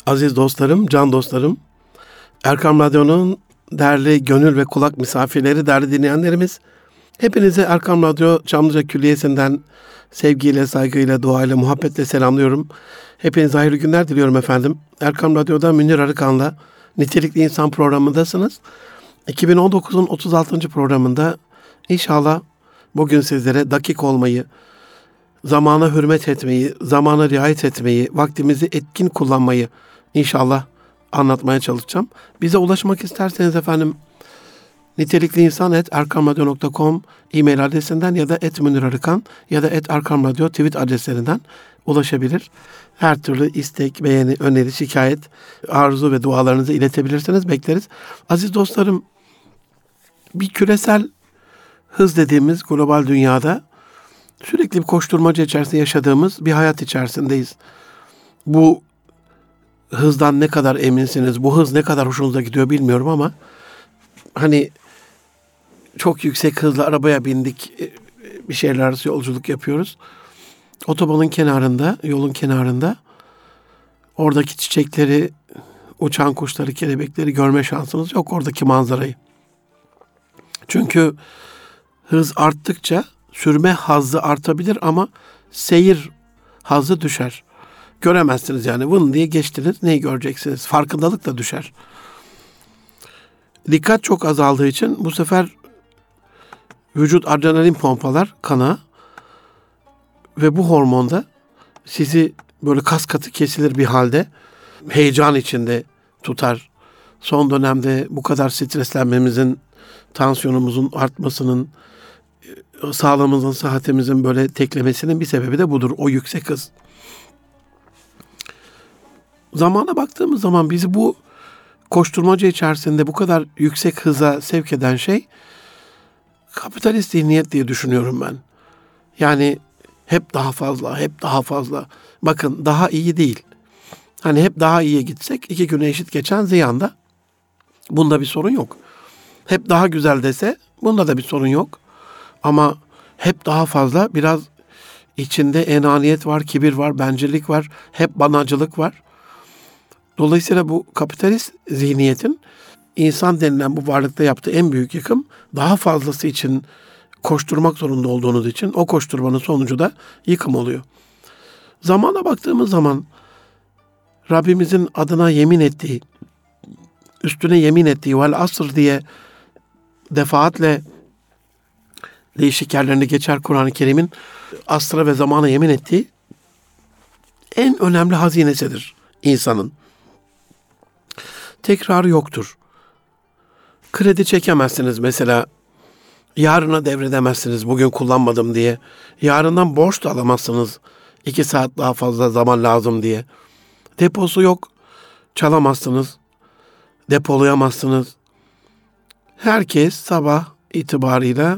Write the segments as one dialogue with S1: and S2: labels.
S1: Aziz dostlarım, can dostlarım, Erkam Radyo'nun değerli gönül ve kulak misafirleri, değerli dinleyenlerimiz, hepinize Erkam Radyo Çamlıca Külliyesi'nden sevgiyle, saygıyla, duayla, muhabbetle selamlıyorum. Hepinize hayırlı günler diliyorum efendim. Erkam Radyo'da Münir Arıkan'la Nitelikli İnsan programındasınız. 2019'un 36. programında inşallah bugün sizlere dakik olmayı, zamana hürmet etmeyi, zamana riayet etmeyi, vaktimizi etkin kullanmayı inşallah anlatmaya çalışacağım. Bize ulaşmak isterseniz efendim nitelikliinsan@erkamradyo.com e-mail adresinden ya da @münirarıkan ya da @erkamradyo tweet adreslerinden ulaşabilir. Her türlü istek, beğeni, öneri, şikayet, arzu ve dualarınızı iletebilirsiniz. Bekleriz. Aziz dostlarım, bir küresel hız dediğimiz global dünyada sürekli bir koşturmaca içerisinde yaşadığımız bir hayat içerisindeyiz. Bu hızdan ne kadar eminsiniz, bu hız ne kadar hoşunuza gidiyor bilmiyorum ama hani çok yüksek hızla arabaya bindik, bir şeyler arası yolculuk yapıyoruz. Otobanın kenarında, yolun kenarında oradaki çiçekleri, uçan kuşları, kelebekleri görme şansınız yok, oradaki manzarayı. Çünkü hız arttıkça sürme hazzı artabilir ama seyir hazzı düşer. Göremezsiniz yani. Vın diye geçtiniz. Neyi göreceksiniz? Farkındalık da düşer. Dikkat çok azaldığı için bu sefer vücut adrenalin pompalar kana ve bu hormon da sizi böyle kas katı kesilir bir halde heyecan içinde tutar. Son dönemde bu kadar streslenmemizin, tansiyonumuzun artmasının, sağlığımızın, sıhhatimizin böyle teklemesinin bir sebebi de budur. O yüksek hız. Zamana baktığımız zaman bizi bu koşturmaca içerisinde bu kadar yüksek hıza sevk eden şey kapitalist zihniyet diye düşünüyorum ben. Yani hep daha fazla, hep daha fazla. Bakın daha iyi değil. Hani hep daha iyiye gitsek 2 güne eşit geçen ziyanda. Bunda bir sorun yok. Hep daha güzel dese bunda da bir sorun yok. Ama hep daha fazla, biraz içinde enaniyet var, kibir var, bencillik var, hep banacılık var. Dolayısıyla bu kapitalist zihniyetin insan denilen bu varlıkta yaptığı en büyük yıkım, daha fazlası için koşturmak zorunda olduğunuz için o koşturmanın sonucu da yıkım oluyor. Zamana baktığımız zaman Rabbimizin adına yemin ettiği, üstüne yemin ettiği vel asr diye defaatle değişik yerlerinde geçer Kur'an-ı Kerim'in asra ve zamana yemin ettiği en önemli hazinesidir insanın. Tekrarı yoktur. Kredi çekemezsiniz mesela. Yarına devredemezsiniz bugün kullanmadım diye. Yarından borç da alamazsınız 2 saat daha fazla zaman lazım diye. Deposu yok. Çalamazsınız. Depolayamazsınız. Herkes sabah itibarıyla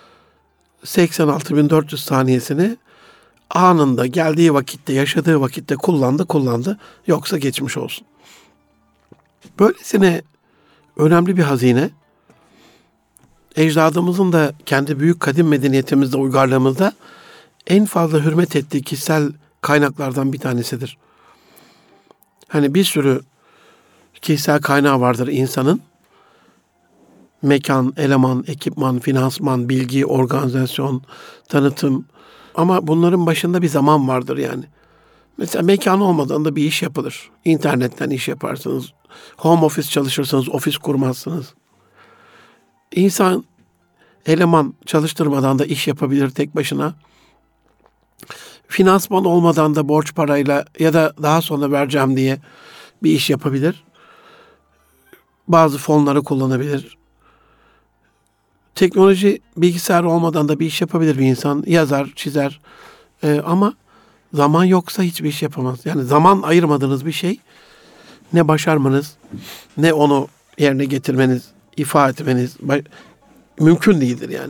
S1: 86.400 saniyesini anında, geldiği vakitte, yaşadığı vakitte kullandı. Yoksa geçmiş olsun. Böylesine önemli bir hazine, ecdadımızın da kendi büyük kadim medeniyetimizde, uygarlığımızda en fazla hürmet ettiği kişisel kaynaklardan bir tanesidir. Hani bir sürü kişisel kaynağı vardır insanın. Mekan, eleman, ekipman, finansman, bilgi, organizasyon, tanıtım. Ama bunların başında bir zaman vardır yani. Mesela mekan olmadan da bir iş yapılır. İnternetten iş yaparsınız. Home office çalışırsınız, ofis kurmazsınız. İnsan eleman çalıştırmadan da iş yapabilir tek başına. Finansman olmadan da borç parayla ya da daha sonra vereceğim diye bir iş yapabilir. Bazı fonları kullanabilir. Teknoloji, bilgisayar olmadan da bir iş yapabilir bir insan. Yazar, çizer. Ama zaman yoksa hiçbir iş yapamaz. Yani zaman ayırmadığınız bir şey ne başarmanız, ne onu yerine getirmeniz, ifa etmeniz mümkün değildir yani.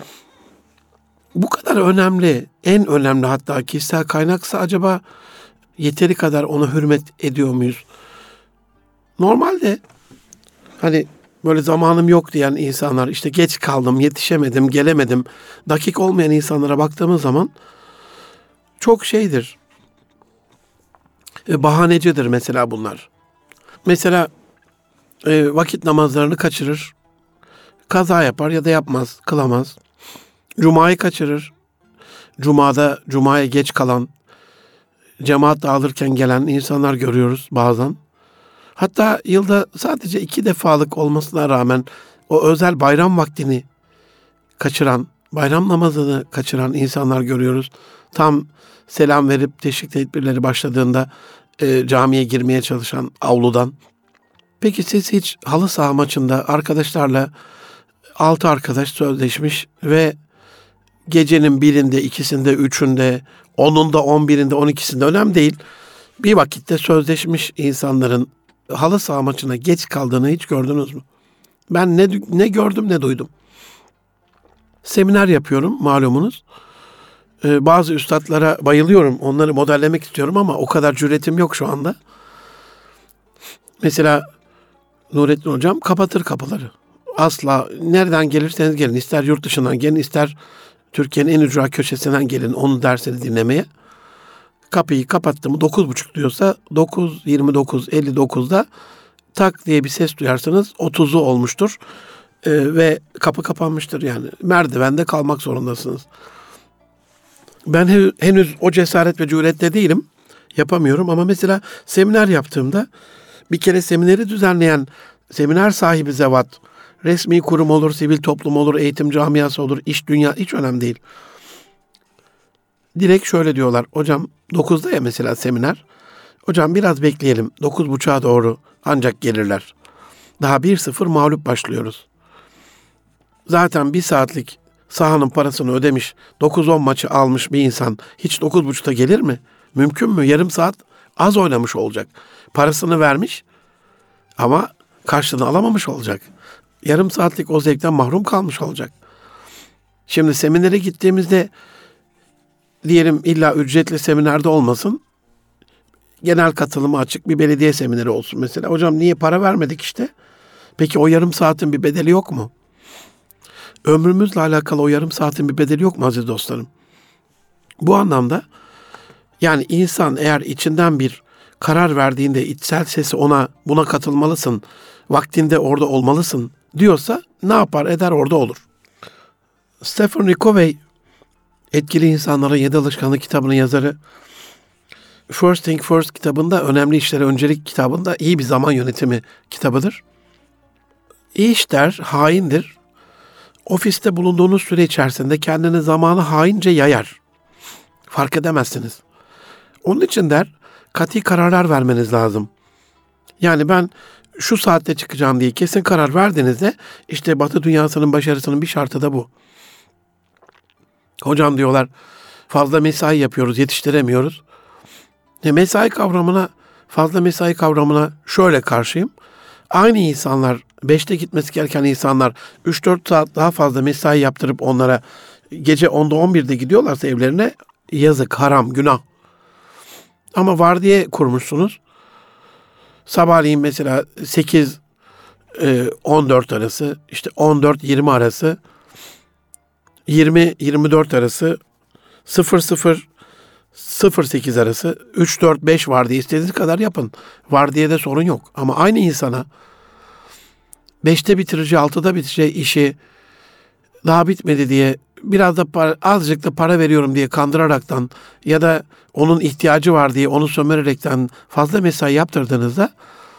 S1: Bu kadar önemli, en önemli hatta kişisel kaynaksa acaba yeteri kadar ona hürmet ediyor muyuz? Normalde hani böyle zamanım yok diyen insanlar, işte geç kaldım, yetişemedim, gelemedim, dakik olmayan insanlara baktığımız zaman çok şeydir. bahanecidir mesela bunlar. Mesela vakit namazlarını kaçırır, kaza yapar ya da yapmaz, kılamaz. Cuma'yı kaçırır, Cuma'ya geç kalan, cemaat dağılırken gelen insanlar görüyoruz bazen. Hatta yılda sadece 2 defalık olmasına rağmen o özel bayram vaktini kaçıran, bayram namazını kaçıran insanlar görüyoruz. Tam selam verip teşvik tedbirleri başladığında camiye girmeye çalışan avludan. Peki siz hiç halı saha maçında arkadaşlarla 6 arkadaş sözleşmiş ve gecenin 1'inde, 2'sinde, 3'ünde, 10'unda, 11'inde, 12'sinde önemli değil. Bir vakitte sözleşmiş insanların halı saha maçına geç kaldığını hiç gördünüz mü? Ben ne gördüm ne duydum. Seminer yapıyorum malumunuz. Bazı üstadlara bayılıyorum. Onları modellemek istiyorum ama o kadar cüretim yok şu anda. Mesela Nurettin Hocam kapatır kapıları. Asla nereden gelirseniz gelin. İster yurt dışından gelin, ister Türkiye'nin en ücra köşesinden gelin onun dersini dinlemeye. Kapıyı kapattı mı 9.30 diyorsa 9.29, 59'da tak diye bir ses duyarsınız. 30'u olmuştur. Ve kapı kapanmıştır yani. Merdivende kalmak zorundasınız. Ben henüz o cesaret ve cürette değilim. Yapamıyorum ama mesela seminer yaptığımda bir kere semineri düzenleyen seminer sahibi zevat, resmi kurum olur, sivil toplum olur, eğitim camiası olur, iş dünya hiç önemli değil. Direkt şöyle diyorlar. Hocam 9'da ya mesela seminer. Hocam biraz bekleyelim. 9.30'a doğru ancak gelirler. Daha 1-0 mağlup başlıyoruz. Zaten 1 saatlik sahanın parasını ödemiş, 9-10 maçı almış bir insan hiç 9.30'da gelir mi? Mümkün mü? Yarım saat az oynamış olacak. Parasını vermiş ama karşılığını alamamış olacak. Yarım saatlik o zevkten mahrum kalmış olacak. Şimdi seminere gittiğimizde diyelim illa ücretli seminerde olmasın. Genel katılıma açık bir belediye semineri olsun mesela. Hocam niye para vermedik işte? Peki o yarım saatin bir bedeli yok mu? Ömrümüzle alakalı o yarım saatin bir bedeli yok mu aziz dostlarım? Bu anlamda yani insan eğer içinden bir karar verdiğinde içsel sesi buna katılmalısın, vaktinde orada olmalısın diyorsa ne yapar eder orada olur. Stephen Covey Etkili İnsanlara 7 Alışkanlık kitabının yazarı. First Thing First kitabında önemli işlere öncelik kitabında iyi bir zaman yönetimi kitabıdır. İyi işler haindir. Ofiste bulunduğunuz süre içerisinde kendini zamanı haince yayar. Fark edemezsiniz. Onun için der, kat'i kararlar vermeniz lazım. Yani ben şu saatte çıkacağım diye kesin karar verdiğinizde işte Batı dünyasının başarısının bir şartı da bu. Hocam diyorlar fazla mesai yapıyoruz, yetiştiremiyoruz. Fazla mesai kavramına şöyle karşıyım. Aynı insanlar, 5'te gitmesi gereken insanlar 3-4 saat daha fazla mesai yaptırıp onlara gece 10'da 11'de gidiyorlarsa evlerine yazık, haram, günah. Ama vardiya kurmuşsunuz. Sabahleyin mesela 8-14 arası, işte 14-20 arası, 20-24 arası, 00-08 arası, 3-4-5 vardiya istediğiniz kadar yapın. Vardiyada sorun yok. Ama aynı insana 5'te bitireceği, 6'da bitireceği işi daha bitmedi diye biraz da azıcık da para veriyorum diye kandıraraktan ya da onun ihtiyacı var diye onu sömererekten fazla mesai yaptırdığınızda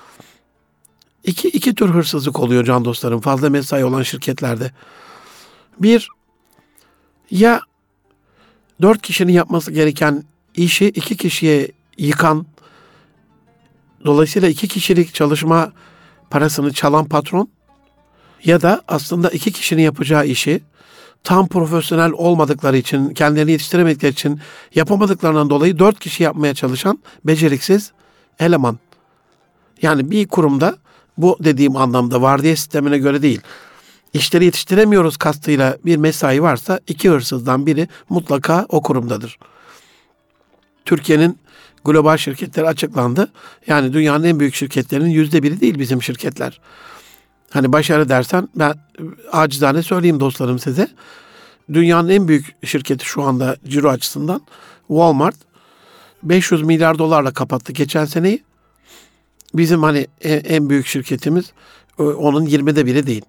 S1: iki tür hırsızlık oluyor can dostlarım fazla mesai olan şirketlerde. Bir, ya 4 kişinin yapması gereken işi 2 kişiye yıkan, dolayısıyla 2 kişilik çalışma parasını çalan patron ya da aslında 2 kişinin yapacağı işi tam profesyonel olmadıkları için, kendilerini yetiştiremedikleri için yapamadıklarından dolayı 4 kişi yapmaya çalışan beceriksiz eleman. Yani bir kurumda bu dediğim anlamda vardiya sistemine göre değil, İşleri yetiştiremiyoruz kastıyla bir mesai varsa 2 hırsızdan biri mutlaka o kurumdadır. Türkiye'nin global şirketleri açıklandı. Yani dünyanın en büyük şirketlerinin %1'i değil bizim şirketler. Hani başarı dersen ben acizane söyleyeyim dostlarım size. Dünyanın en büyük şirketi şu anda ciro açısından Walmart. 500 milyar dolarla kapattı geçen seneyi. Bizim hani en büyük şirketimiz onun 20'de biri değil.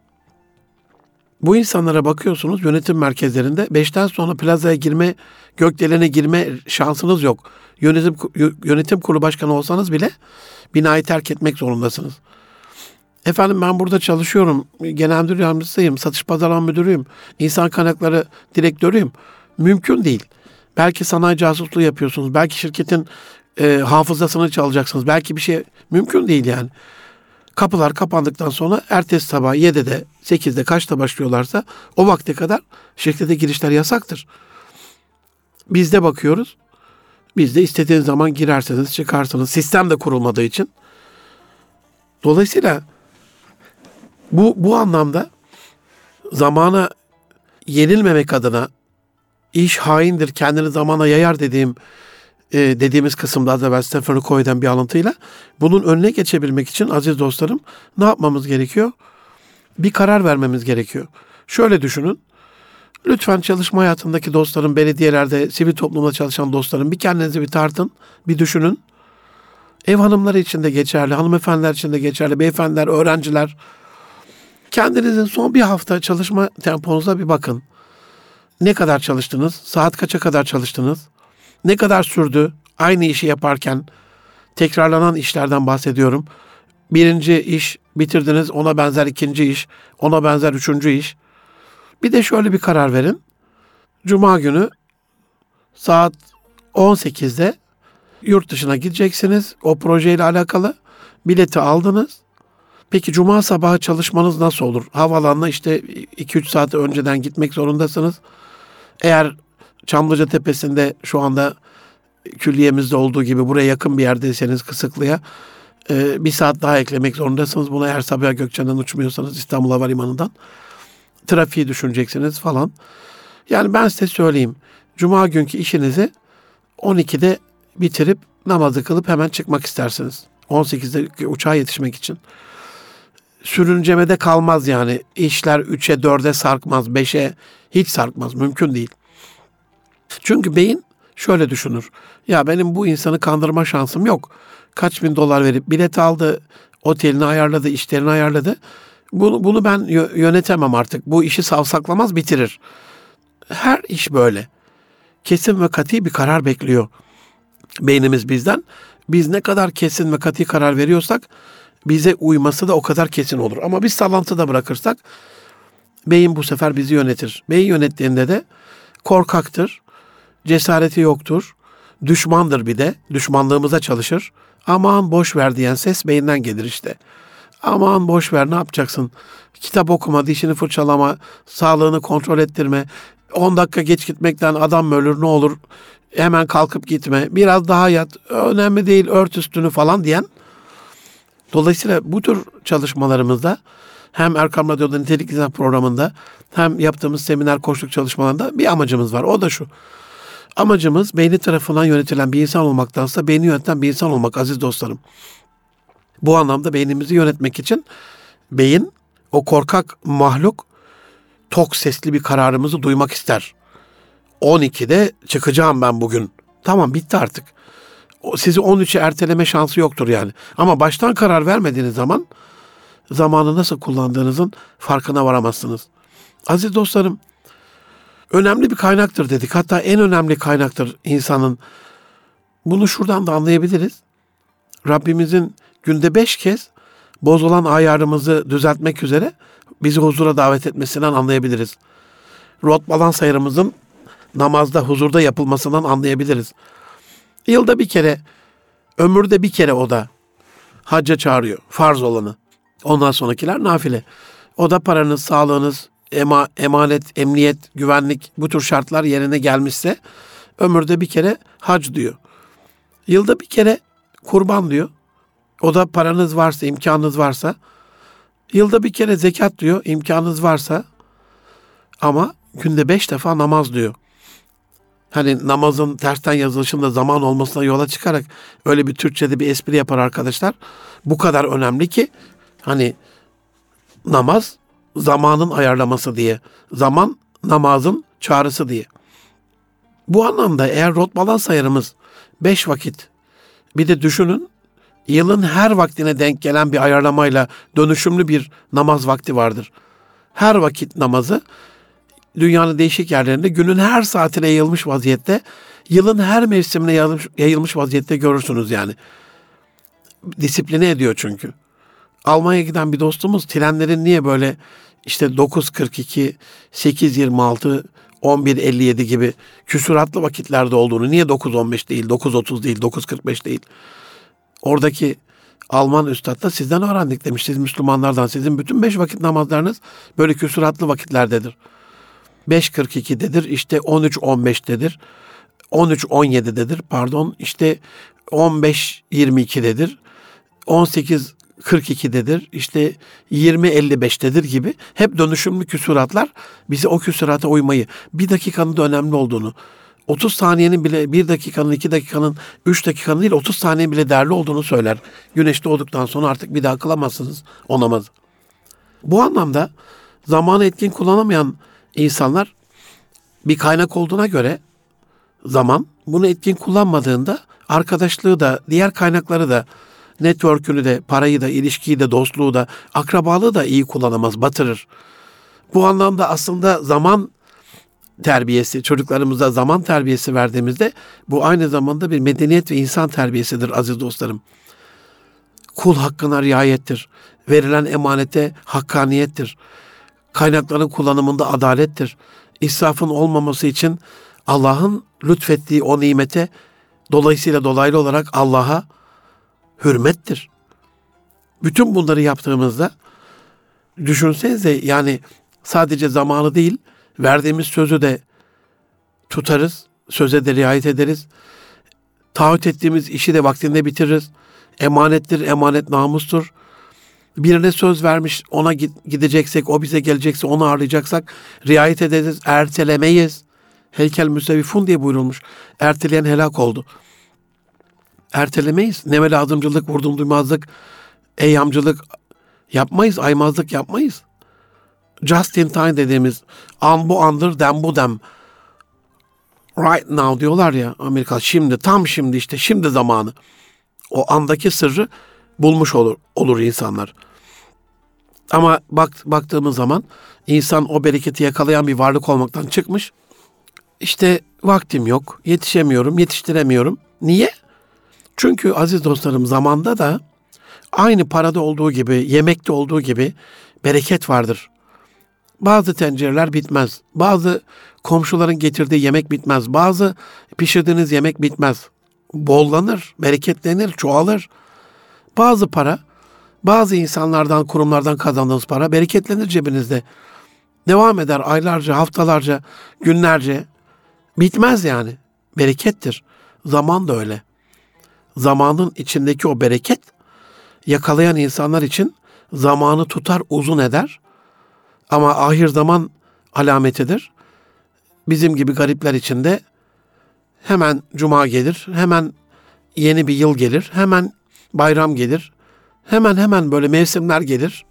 S1: Bu insanlara bakıyorsunuz yönetim merkezlerinde 5'ten sonra plazaya girme, gökdelene girme şansınız yok. Yönetim kurulu başkanı olsanız bile binayı terk etmek zorundasınız. Efendim ben burada çalışıyorum, genel müdür yardımcısıyım, satış pazarlama müdürüyüm, insan kaynakları direktörüyüm. Mümkün değil. Belki sanayi casusluğu yapıyorsunuz, belki şirketin hafızasını çalacaksınız, belki bir şey mümkün değil yani. Kapılar kapandıktan sonra ertesi sabah 7'de, 8'de kaçta başlıyorlarsa o vakte kadar şirkete girişler yasaktır. Biz de bakıyoruz. Biz de istediğiniz zaman girerseniz çıkarsınız. Sistem de kurulmadığı için. Dolayısıyla bu anlamda zamana yenilmemek adına iş haindir, kendini zamana yayar dediğimiz kısımda az evvel Stephen Covey'den bir alıntıyla bunun önüne geçebilmek için aziz dostlarım ne yapmamız gerekiyor? Bir karar vermemiz gerekiyor. Şöyle düşünün. Lütfen çalışma hayatındaki dostlarım, belediyelerde, sivil toplumda çalışan dostlarım bir kendinizi bir tartın, bir düşünün. Ev hanımları için de geçerli, hanımefendiler için de geçerli, beyefendiler, öğrenciler. Kendinizin son bir hafta çalışma temponuza bir bakın. Ne kadar çalıştınız? Saat kaça kadar çalıştınız? Ne kadar sürdü? Aynı işi yaparken tekrarlanan işlerden bahsediyorum. Birinci iş bitirdiniz, ona benzer ikinci iş, ona benzer üçüncü iş. Bir de şöyle bir karar verin. Cuma günü saat 18'de yurt dışına gideceksiniz. O projeyle alakalı bileti aldınız. Peki cuma sabahı çalışmanız nasıl olur? Havaalanına işte 2-3 saat önceden gitmek zorundasınız. Eğer Çamlıca Tepesi'nde şu anda külliyemizde olduğu gibi buraya yakın bir yerdeyseniz Kısıklı'ya bir saat daha eklemek zorundasınız. Buna eğer Sabiha Gökçen'den uçmuyorsanız İstanbul Havalimanı'ndan trafiği düşüneceksiniz falan. Yani ben size söyleyeyim. Cuma günkü işinizi 12'de bitirip namazı kılıp hemen çıkmak istersiniz. 18'de uçağa yetişmek için. Sürüncemede kalmaz yani. İşler 3'e 4'e sarkmaz, 5'e hiç sarkmaz. Mümkün değil. Çünkü beyin şöyle düşünür. Ya benim bu insanı kandırma şansım yok. Kaç bin dolar verip bilet aldı, otelini ayarladı, işlerini ayarladı. Bunu ben yönetemem artık. Bu işi savsaklamaz, bitirir. Her iş böyle. Kesin ve katı bir karar bekliyor beynimiz bizden. Biz ne kadar kesin ve katı karar veriyorsak bize uyması da o kadar kesin olur. Ama biz sallantıda bırakırsak beyin bu sefer bizi yönetir. Beyin yönettiğinde de korkaktır, cesareti yoktur, düşmandır bir de. Düşmanlığımıza çalışır. Aman boş ver diyen ses beyinden gelir işte. Aman boş ver ne yapacaksın? Kitap okuma, dişini fırçalama, sağlığını kontrol ettirme. 10 dakika geç gitmekten adam mı ölür ne olur? Hemen kalkıp gitme. Biraz daha yat. Önemli değil ört üstünü falan diyen. Dolayısıyla bu tür çalışmalarımızda hem Erkam Radyo'da Nitelik İnsan programında hem yaptığımız seminer koçluk çalışmalarında bir amacımız var. O da şu. Amacımız beyni tarafından yönetilen bir insan olmaktansa beyni yöneten bir insan olmak aziz dostlarım. Bu anlamda beynimizi yönetmek için beyin, o korkak mahluk tok sesli bir kararımızı duymak ister. 12'de çıkacağım ben bugün. Tamam bitti artık. Sizi 13'e erteleme şansı yoktur yani. Ama baştan karar vermediğiniz zaman zamanı nasıl kullandığınızın farkına varamazsınız. Aziz dostlarım, önemli bir kaynaktır dedik. Hatta en önemli kaynaktır insanın. Bunu şuradan da anlayabiliriz. Rabbimizin günde 5 kez bozulan ayarımızı düzeltmek üzere bizi huzura davet etmesinden anlayabiliriz. Rot balans ayarımızın namazda, huzurda yapılmasından anlayabiliriz. Yılda bir kere, ömürde bir kere o da hacca çağırıyor. Farz olanı. Ondan sonrakiler nafile. O da paranız, sağlığınız, emanet, emniyet, güvenlik bu tür şartlar yerine gelmişse ömürde bir kere hac diyor. Yılda bir kere kurban diyor. O da paranız varsa, imkanınız varsa. Yılda bir kere zekat diyor, imkanınız varsa. Ama günde 5 defa namaz diyor. Hani namazın tersten yazılışında zaman olmasına yola çıkarak öyle bir Türkçe'de bir espri yapar arkadaşlar. Bu kadar önemli ki hani namaz zamanın ayarlaması diye. Zaman namazın çağrısı diye. Bu anlamda eğer rot balans ayarımız 5 vakit. Bir de düşünün, yılın her vaktine denk gelen bir ayarlamayla dönüşümlü bir namaz vakti vardır. Her vakit namazı dünyanın değişik yerlerinde günün her saatine yayılmış vaziyette, yılın her mevsimine yayılmış vaziyette görürsünüz yani. Disipline ediyor çünkü. Almanya'ya giden bir dostumuz trenlerin niye böyle işte 9.42, 8.26, 11.57 gibi küsuratlı vakitlerde olduğunu, niye 9.15 değil, 9.30 değil, 9.45 değil. Oradaki Alman üstad da sizden öğrendik demiş. Siz Müslümanlardan, sizin bütün 5 vakit namazlarınız böyle küsuratlı vakitlerdedir. 5.42'dedir, işte 13.15'tedir, 13.17'dedir, pardon, işte 15.22'dedir, 18.42'dedir, işte 20.55'tedir gibi hep dönüşümlü küsuratlar bize o küsurata uymayı, bir dakikanın da önemli olduğunu, 30 saniyenin bile, 1 dakikanın, 2 dakikanın, 3 dakikanın değil 30 saniyenin bile değerli olduğunu söyler. Güneş doğduktan sonra artık bir daha kılamazsınız o namazı. Bu anlamda zamanı etkin kullanamayan insanlar, bir kaynak olduğuna göre zaman, bunu etkin kullanmadığında arkadaşlığı da, diğer kaynakları da, network'ünü de, parayı da, ilişkiyi de, dostluğu da, akrabalığı da iyi kullanamaz, batırır. Bu anlamda aslında zaman terbiyesi, çocuklarımıza zaman terbiyesi verdiğimizde bu aynı zamanda bir medeniyet ve insan terbiyesidir aziz dostlarım. Kul hakkına riayettir. Verilen emanete hakkaniyettir. Kaynakların kullanımında adalettir. İsrafın olmaması için Allah'ın lütfettiği o nimete dolayısıyla dolaylı olarak Allah'a hürmettir. Bütün bunları yaptığımızda düşünsenize, yani sadece zamanı değil, verdiğimiz sözü de tutarız, söze de riayet ederiz. Taahhüt ettiğimiz işi de vaktinde bitiririz. Emanettir, emanet namustur. Birine söz vermiş, ona gideceksek, o bize gelecekse, onu ağırlayacaksak riayet ederiz, ertelemeyiz. Heykel müsevvifun diye buyurulmuş. Erteleyen helak oldu. Ertelemeyiz. Neme lazımcılık, vurdum duymazlık, eyyamcılık yapmayız, aymazlık yapmayız. Just in time dediğimiz an bu andır, dem bu dem. Right now diyorlar ya Amerika, şimdi, tam şimdi, işte şimdi zamanı. O andaki sırrı bulmuş olur insanlar. Ama baktığımız zaman insan o bereketi yakalayan bir varlık olmaktan çıkmış. İşte vaktim yok, yetişemiyorum, yetiştiremiyorum. Niye? Çünkü aziz dostlarım, zamanda da aynı parada olduğu gibi, yemekte olduğu gibi bereket vardır. Bazı tencereler bitmez. Bazı komşuların getirdiği yemek bitmez. Bazı pişirdiğiniz yemek bitmez. Bollanır, bereketlenir, çoğalır. Bazı para, bazı insanlardan, kurumlardan kazandığınız para bereketlenir cebinizde. Devam eder aylarca, haftalarca, günlerce. Bitmez yani. Berekettir. Zaman da öyle. Zamanın içindeki o bereket yakalayan insanlar için zamanı tutar, uzun eder. Ama ahir zaman alametidir. Bizim gibi garipler için de hemen cuma gelir, hemen yeni bir yıl gelir, hemen bayram gelir, hemen böyle mevsimler gelir.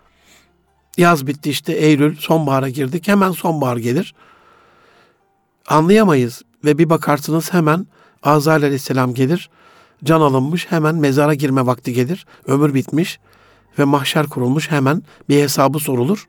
S1: Yaz bitti, işte Eylül, sonbahara girdik, hemen sonbahar gelir. Anlayamayız ve bir bakarsınız hemen Azrail Aleyhisselam gelir, can alınmış, hemen mezara girme vakti gelir, ömür bitmiş ve mahşer kurulmuş, hemen bir hesabı sorulur.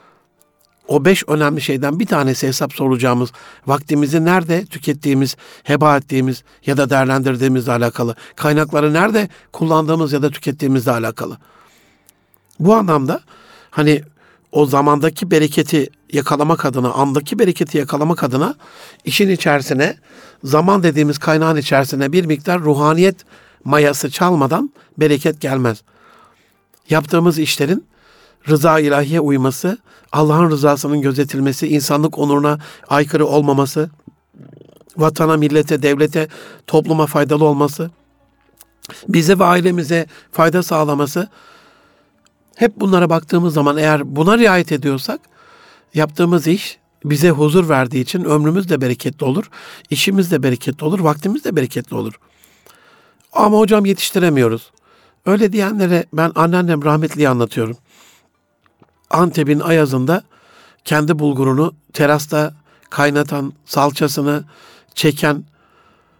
S1: O 5 önemli şeyden bir tanesi hesap soracağımız, vaktimizi nerede tükettiğimiz, heba ettiğimiz ya da değerlendirdiğimizle alakalı, kaynakları nerede kullandığımız ya da tükettiğimizle alakalı. Bu anlamda hani o zamandaki bereketi yakalamak adına, andaki bereketi yakalamak adına işin içerisine, zaman dediğimiz kaynağın içerisine bir miktar ruhaniyet mayası çalmadan bereket gelmez. Yaptığımız işlerin rıza ilahiye uyması, Allah'ın rızasının gözetilmesi, insanlık onuruna aykırı olmaması, vatana, millete, devlete, topluma faydalı olması, bize ve ailemize fayda sağlaması, hep bunlara baktığımız zaman eğer buna riayet ediyorsak, yaptığımız iş bize huzur verdiği için ömrümüz de bereketli olur, işimiz de bereketli olur, vaktimiz de bereketli olur. Ama hocam yetiştiremiyoruz. Öyle diyenlere ben anneannem rahmetliyi anlatıyorum. Antep'in ayazında kendi bulgurunu terasta kaynatan, salçasını çeken,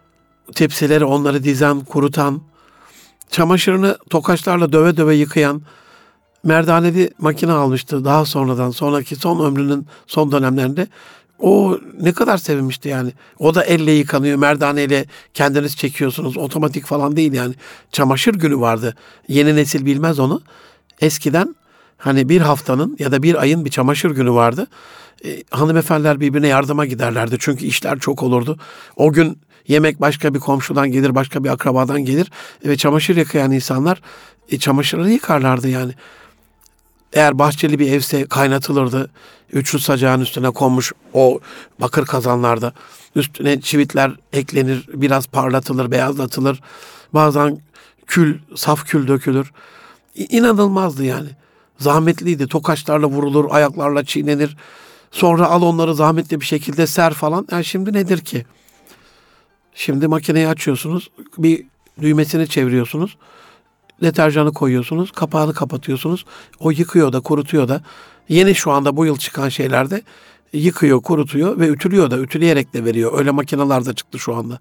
S1: tepsileri onları dizen, kurutan, çamaşırını tokaçlarla döve döve yıkayan merdaneli makine almıştı daha sonraki son ömrünün son dönemlerinde. O ne kadar sevinmişti yani. O da elle yıkanıyor, merdaneyle kendiniz çekiyorsunuz. Otomatik falan değil yani. Çamaşır günü vardı. Yeni nesil bilmez onu. Eskiden hani bir haftanın ya da bir ayın bir çamaşır günü vardı. Hanımefendiler birbirine yardıma giderlerdi. Çünkü işler çok olurdu. O gün yemek başka bir komşudan gelir, başka bir akrabadan gelir. Ve çamaşır yıkayan insanlar çamaşırları yıkarlardı yani. Eğer bahçeli bir evse kaynatılırdı. Üçlü sacağın üstüne konmuş o bakır kazanlarda. Üstüne çivitler eklenir, biraz parlatılır, beyazlatılır. Bazen saf kül dökülür. İnanılmazdı yani. Zahmetliydi. Tokaçlarla vurulur, ayaklarla çiğnenir. Sonra al onları zahmetli bir şekilde ser falan. Yani şimdi nedir ki? Şimdi makineyi açıyorsunuz, bir düğmesini çeviriyorsunuz. Deterjanı koyuyorsunuz, kapağını kapatıyorsunuz. O yıkıyor da, kurutuyor da. Yeni şu anda bu yıl çıkan şeylerde yıkıyor, kurutuyor ve ütülüyor da, ütüleyerek de veriyor. Öyle makineler de çıktı şu anda.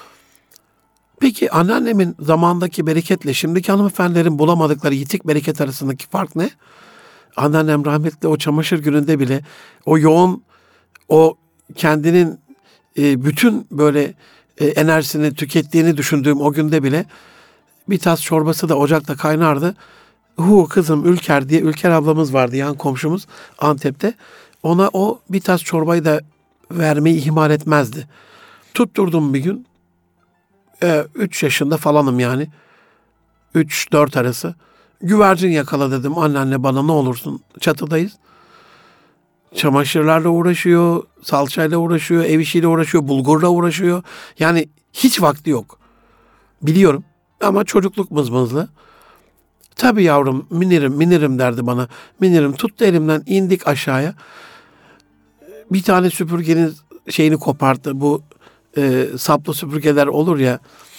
S1: Peki anneannemin zamandaki bereketle şimdiki hanımefendilerin bulamadıkları yitik bereket arasındaki fark ne? Anneannem rahmetli o çamaşır gününde bile o yoğun, o kendinin bütün böyle enerjisini tükettiğini düşündüğüm o günde bile bir tas çorbası da ocakta kaynardı. Kızım Ülker diye, Ülker ablamız vardı yan komşumuz Antep'te. Ona o bir tas çorbayı da vermeyi ihmal etmezdi. Tutturdum bir gün. 3 yaşında falanım yani. 3-4 arası. Güvercin yakala dedim. Anneanne bana ne olursun. Çatıdayız. Çamaşırlarla uğraşıyor, salçayla uğraşıyor, ev işiyle uğraşıyor, bulgurla uğraşıyor. Yani hiç vakti yok. Biliyorum ama çocukluk mızmızlı. Tabii yavrum minirim derdi bana. Minirim tuttu elimden indik aşağıya. Bir tane süpürgenin şeyini koparttı. Bu saplı süpürgeler olur ya,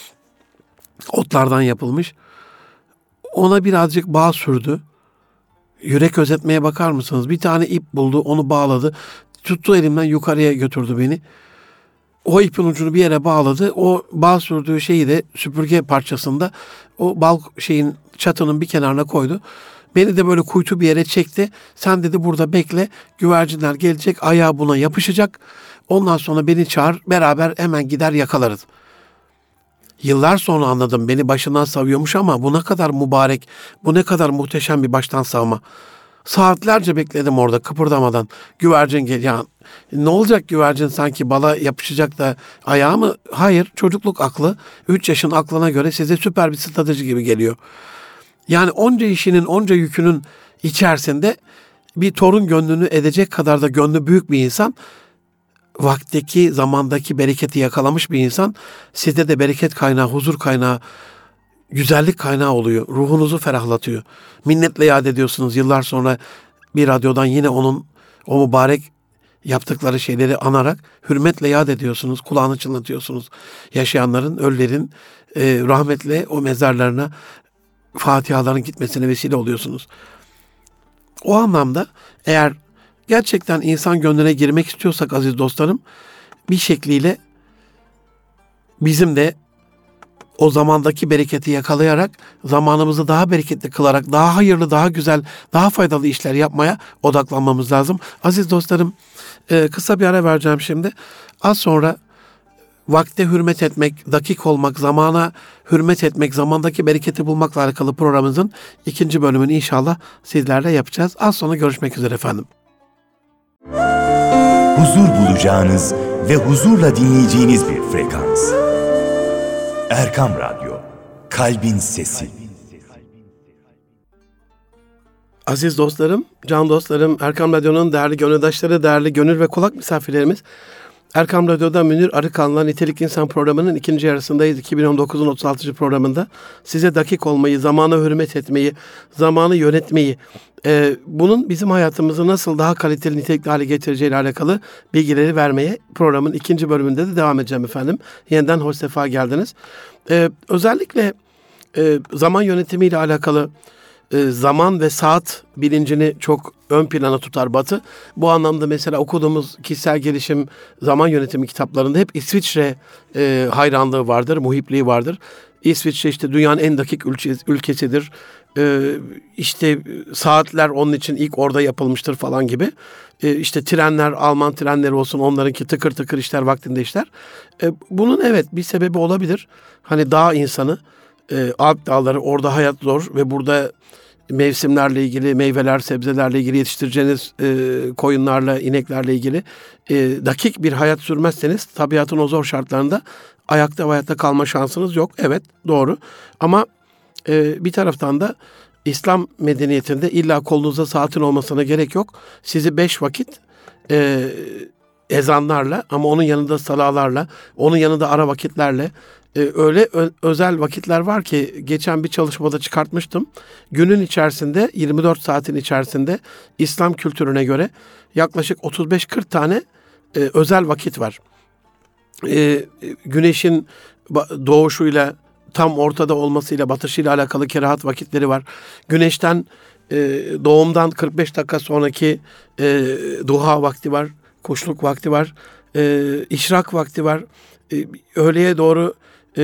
S1: otlardan yapılmış. Ona birazcık bağ sürdü. Yürek özetmeye bakar mısınız? Bir tane ip buldu, onu bağladı. Tuttu elimden yukarıya götürdü beni. O ipin ucunu bir yere bağladı. O bağ sürdüğü şeyi de süpürge parçasında o çatının bir kenarına koydu. Beni de böyle kuytu bir yere çekti. Sen dedi burada bekle. Güvercinler gelecek. Ayağı buna yapışacak. Ondan sonra beni çağır. Beraber hemen gider yakalarız. Yıllar sonra anladım. Beni başından savuyormuş ama bu ne kadar mübarek, bu ne kadar muhteşem bir baştan savma. Saatlerce bekledim orada kıpırdamadan. Güvercin geliyor. Ne olacak güvercin sanki bala yapışacak da ayağı mı? Hayır, çocukluk aklı. 3 yaşın aklına göre size süper bir strateji gibi geliyor. Yani onca işinin, onca yükünün içerisinde bir torun gönlünü edecek kadar da gönlü büyük bir insan, vakteki, zamandaki bereketi yakalamış bir insan, sizde de bereket kaynağı, huzur kaynağı, güzellik kaynağı oluyor. Ruhunuzu ferahlatıyor. Minnetle yad ediyorsunuz yıllar sonra bir radyodan yine onun o mübarek yaptıkları şeyleri anarak hürmetle yad ediyorsunuz. Kulağını çınlatıyorsunuz. Yaşayanların, ölülerin rahmetle o mezarlarına fatihaların gitmesine vesile oluyorsunuz. O anlamda eğer gerçekten insan gönlüne girmek istiyorsak aziz dostlarım, bir şekliyle bizim de o zamandaki bereketi yakalayarak, zamanımızı daha bereketli kılarak, daha hayırlı, daha güzel, daha faydalı işler yapmaya odaklanmamız lazım. Aziz dostlarım, kısa bir ara vereceğim şimdi. Az sonra vakte hürmet etmek, dakik olmak, zamana hürmet etmek, zamandaki bereketi bulmakla alakalı programımızın 2. bölümünü inşallah sizlerle yapacağız. Az sonra görüşmek üzere efendim.
S2: Huzur bulacağınız ve huzurla dinleyeceğiniz bir frekans. Erkam Radyo, Kalbin Sesi.
S1: Aziz dostlarım, can dostlarım, Erkam Radyo'nun değerli gönüldaşları, değerli gönül ve kulak misafirlerimiz, Erkam Radyo'da Münir Arıkan'la Nitelik İnsan programının 2. yarısındayız. 2019'un 36. programında size dakik olmayı, zamana hürmet etmeyi, zamanı yönetmeyi, bunun bizim hayatımızı nasıl daha kaliteli, nitelikli hale getireceğiyle alakalı bilgileri vermeye programın 2. bölümünde de devam edeceğim efendim. Yeniden hoş sefa geldiniz. Özellikle zaman yönetimiyle alakalı zaman ve saat bilincini çok ön plana tutar Batı. Bu anlamda mesela okuduğumuz kişisel gelişim, zaman yönetimi kitaplarında hep İsviçre hayranlığı vardır, muhipliği vardır. İsviçre işte dünyanın en dakik ülkesidir. İşte saatler onun için ilk orada yapılmıştır falan gibi. İşte trenler, Alman trenleri olsun, onlarınki tıkır tıkır işler, vaktinde işler. Bunun evet bir sebebi olabilir. Hani dağ insanı, Alp dağları, orada hayat zor ve burada mevsimlerle ilgili, meyveler, sebzelerle ilgili, yetiştireceğiniz koyunlarla, ineklerle ilgili dakik bir hayat sürmezseniz tabiatın o zor şartlarında hayatta kalma şansınız yok. Evet, doğru. Ama bir taraftan da İslam medeniyetinde illa kolunuzda saatin olmasına gerek yok. Sizi 5 vakit ezanlarla, ama onun yanında salalarla, onun yanında ara vakitlerle, öyle özel vakitler var ki geçen bir çalışmada çıkartmıştım. Günün içerisinde, 24 saatin içerisinde İslam kültürüne göre yaklaşık 35-40 tane özel vakit var. Güneşin doğuşuyla, tam ortada olmasıyla, batışıyla alakalı kerahat vakitleri var. Güneşten doğumdan 45 dakika sonraki duha vakti var, kuşluk vakti var, işrak vakti var. Öğleye doğru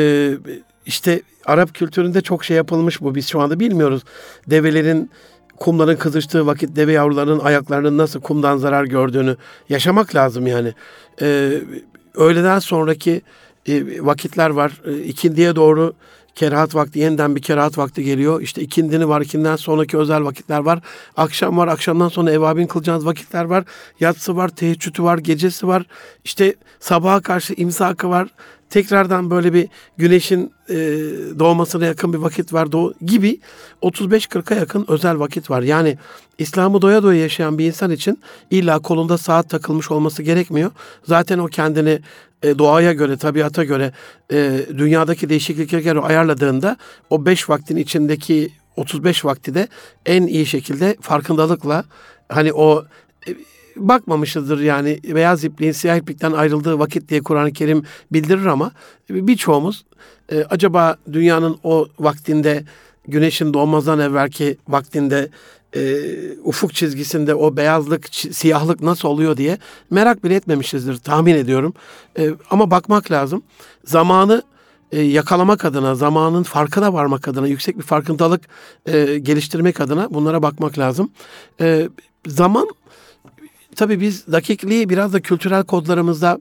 S1: işte Arap kültüründe çok şey yapılmış bu. Biz şu anda bilmiyoruz. Develerin, kumların kızıştığı vakit deve yavrularının ayaklarının nasıl kumdan zarar gördüğünü yaşamak lazım yani. Öğleden sonraki vakitler var. İkindiye doğru kerahat vakti, yeniden bir kerahat vakti geliyor. İşte ikindini var, ikinden sonraki özel vakitler var. Akşam var, akşamdan sonra evabin kılacağınız vakitler var. Yatsı var, teheccüdü var, gecesi var. İşte sabaha karşı imsakı var. Tekrardan böyle bir güneşin doğmasına yakın bir vakit var gibi 35-40'a yakın özel vakit var. Yani İslam'ı doya doya yaşayan bir insan için illa kolunda saat takılmış olması gerekmiyor. Zaten o kendini doğaya göre, tabiata göre, dünyadaki değişikliklere göre ayarladığında o 5 vaktin içindeki 35 vakti de en iyi şekilde farkındalıkla, hani o bakmamışızdır yani, beyaz ipliğin siyah iplikten ayrıldığı vakit diye Kur'an-ı Kerim bildirir ama birçoğumuz acaba dünyanın o vaktinde, güneşin doğmazdan evvelki vaktinde, ufuk çizgisinde o beyazlık, siyahlık nasıl oluyor diye merak bile etmemişizdir tahmin ediyorum. Ama bakmak lazım. Zamanı yakalamak adına, zamanın farkına varmak adına, yüksek bir farkındalık geliştirmek adına bunlara bakmak lazım. Zaman, tabii biz dakikliği biraz da kültürel kodlarımızda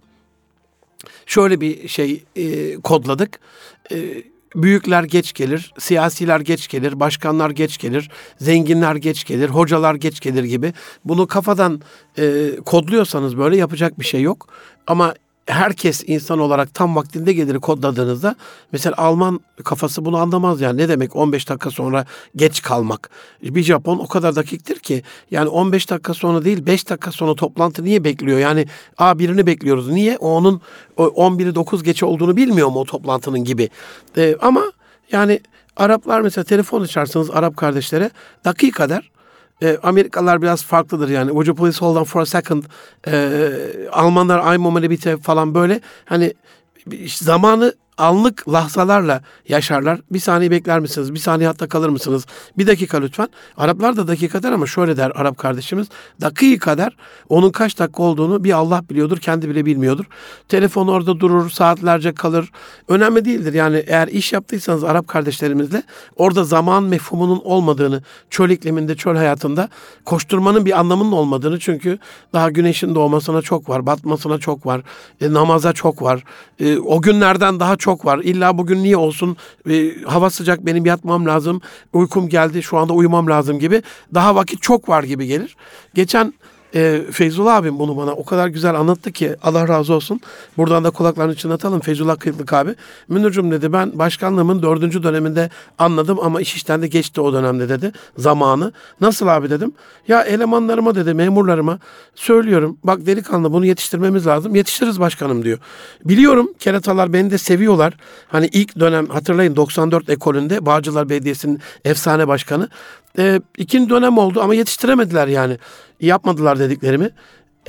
S1: şöyle bir şey kodladık. Büyükler geç gelir, siyasiler geç gelir, başkanlar geç gelir, zenginler geç gelir, hocalar geç gelir gibi. Bunu kafadan kodluyorsanız böyle yapacak bir şey yok. Ama herkes insan olarak tam vaktinde gelir kodladığınızda, mesela Alman kafası bunu anlamaz yani. Ne demek 15 dakika sonra geç kalmak? Bir Japon o kadar dakiktir ki yani 15 dakika sonra değil 5 dakika sonra toplantı niye bekliyor? Yani birini bekliyoruz. Niye? O onun 11'i 9 geçe olduğunu bilmiyor mu o toplantının gibi? Ama yani Araplar mesela telefon açarsınız Arap kardeşlere dakika der. Amerikalılar biraz farklıdır yani. Would you please hold on for a second? Almanlar I'm a minute falan böyle. Hani zamanı anlık lahzalarla yaşarlar. Bir saniye bekler misiniz? Bir saniye hatta kalır mısınız? Bir dakika lütfen. Araplar da dakika der ama şöyle der Arap kardeşimiz. Dakika der. Onun kaç dakika olduğunu bir Allah biliyordur. Kendi bile bilmiyordur. Telefon orada durur. Saatlerce kalır. Önemli değildir. Yani eğer iş yaptıysanız Arap kardeşlerimizle orada zaman mefhumunun olmadığını, çöl ikliminde, çöl hayatında koşturmanın bir anlamının olmadığını, çünkü daha güneşin doğmasına çok var. Batmasına çok var. Namaza çok var. O günlerden daha çok var. İlla bugün niye olsun? Hava sıcak, benim yatmam lazım. Uykum geldi, şu anda uyumam lazım gibi. Daha vakit çok var gibi gelir. Geçen Feyzullah abim bunu bana o kadar güzel anlattı ki Allah razı olsun. Buradan da kulaklarını çınlatalım Feyzullah Kıyıklık abi. Münir'cim dedi, ben başkanlığımın 4. döneminde anladım ama iş işten de geçti o dönemde dedi zamanı. Nasıl abi dedim. Ya elemanlarıma dedi, memurlarıma söylüyorum. Bak delikanlı, bunu yetiştirmemiz lazım. Yetiştiririz başkanım diyor. Biliyorum keratalar beni de seviyorlar. Hani ilk dönem hatırlayın 94 ekolünde Bağcılar Belediyesi'nin efsane başkanı. 2. dönem oldu ama yetiştiremediler yani. Yapmadılar dediklerimi.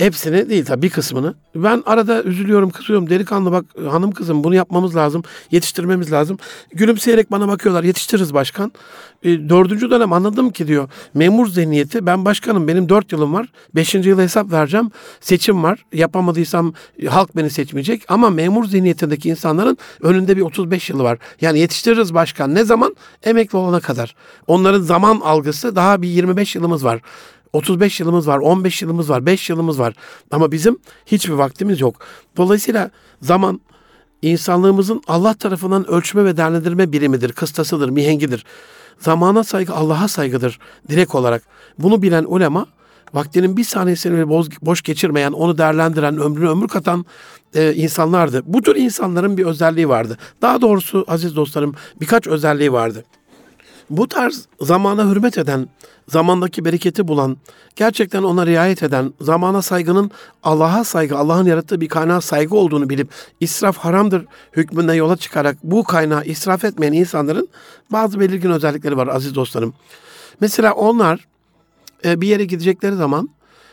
S1: Hepsini değil tabii, bir kısmını. Ben arada üzülüyorum, kızıyorum. Delikanlı bak, hanım kızım, bunu yapmamız lazım. Yetiştirmemiz lazım. Gülümseyerek bana bakıyorlar. Yetiştiririz başkan. 4. dönem anladım ki diyor. Memur zihniyeti. Ben başkanım. Benim 4 yılım var. 5. yıla hesap vereceğim. Seçim var. Yapamadıysam halk beni seçmeyecek. Ama memur zihniyetindeki insanların önünde bir 35 yılı var. Yani yetiştiririz başkan. Ne zaman? Emekli olana kadar. Onların zaman algısı, daha bir 25 yılımız var. 35 yılımız var, 15 yılımız var, 5 yılımız var. Ama bizim hiçbir vaktimiz yok. Dolayısıyla zaman insanlığımızın Allah tarafından ölçme ve değerlendirme birimidir, kıstasıdır, mihengidir. Zamana saygı Allah'a saygıdır direkt olarak. Bunu bilen ulema, vaktinin bir saniyesini bile boş geçirmeyen, onu değerlendiren, ömrüne ömür katan insanlardı. Bu tür insanların bir özelliği vardı. Daha doğrusu aziz dostlarım, birkaç özelliği vardı. Bu tarz zamana hürmet eden, zamandaki bereketi bulan, gerçekten ona riayet eden, zamana saygının Allah'a saygı, Allah'ın yarattığı bir kaynağa saygı olduğunu bilip israf haramdır hükmünden yola çıkarak bu kaynağı israf etmeyen insanların bazı belirgin özellikleri var aziz dostlarım. Mesela onlar bir yere gidecekleri zaman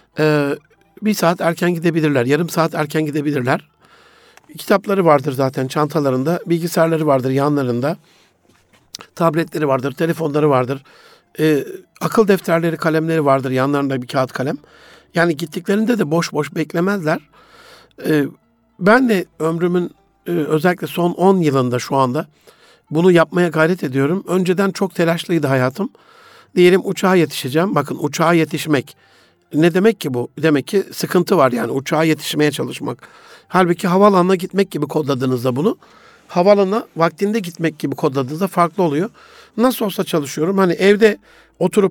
S1: 1 saat erken gidebilirler, yarım saat erken gidebilirler. Kitapları vardır zaten çantalarında, bilgisayarları vardır yanlarında. Tabletleri vardır, telefonları vardır, akıl defterleri, kalemleri vardır, yanlarında bir kağıt kalem. Yani gittiklerinde de boş boş beklemezler. Ben de ömrümün özellikle son 10 yılında şu anda bunu yapmaya gayret ediyorum. Önceden çok telaşlıydı hayatım. Diyelim uçağa yetişeceğim. Bakın, uçağa yetişmek. Ne demek ki bu? Demek ki sıkıntı var, yani uçağa yetişmeye çalışmak. Halbuki havaalanına gitmek gibi kodladığınızda bunu, havaalanına vaktinde gitmek gibi kodladığınızda farklı oluyor. Nasıl olsa çalışıyorum. Hani evde oturup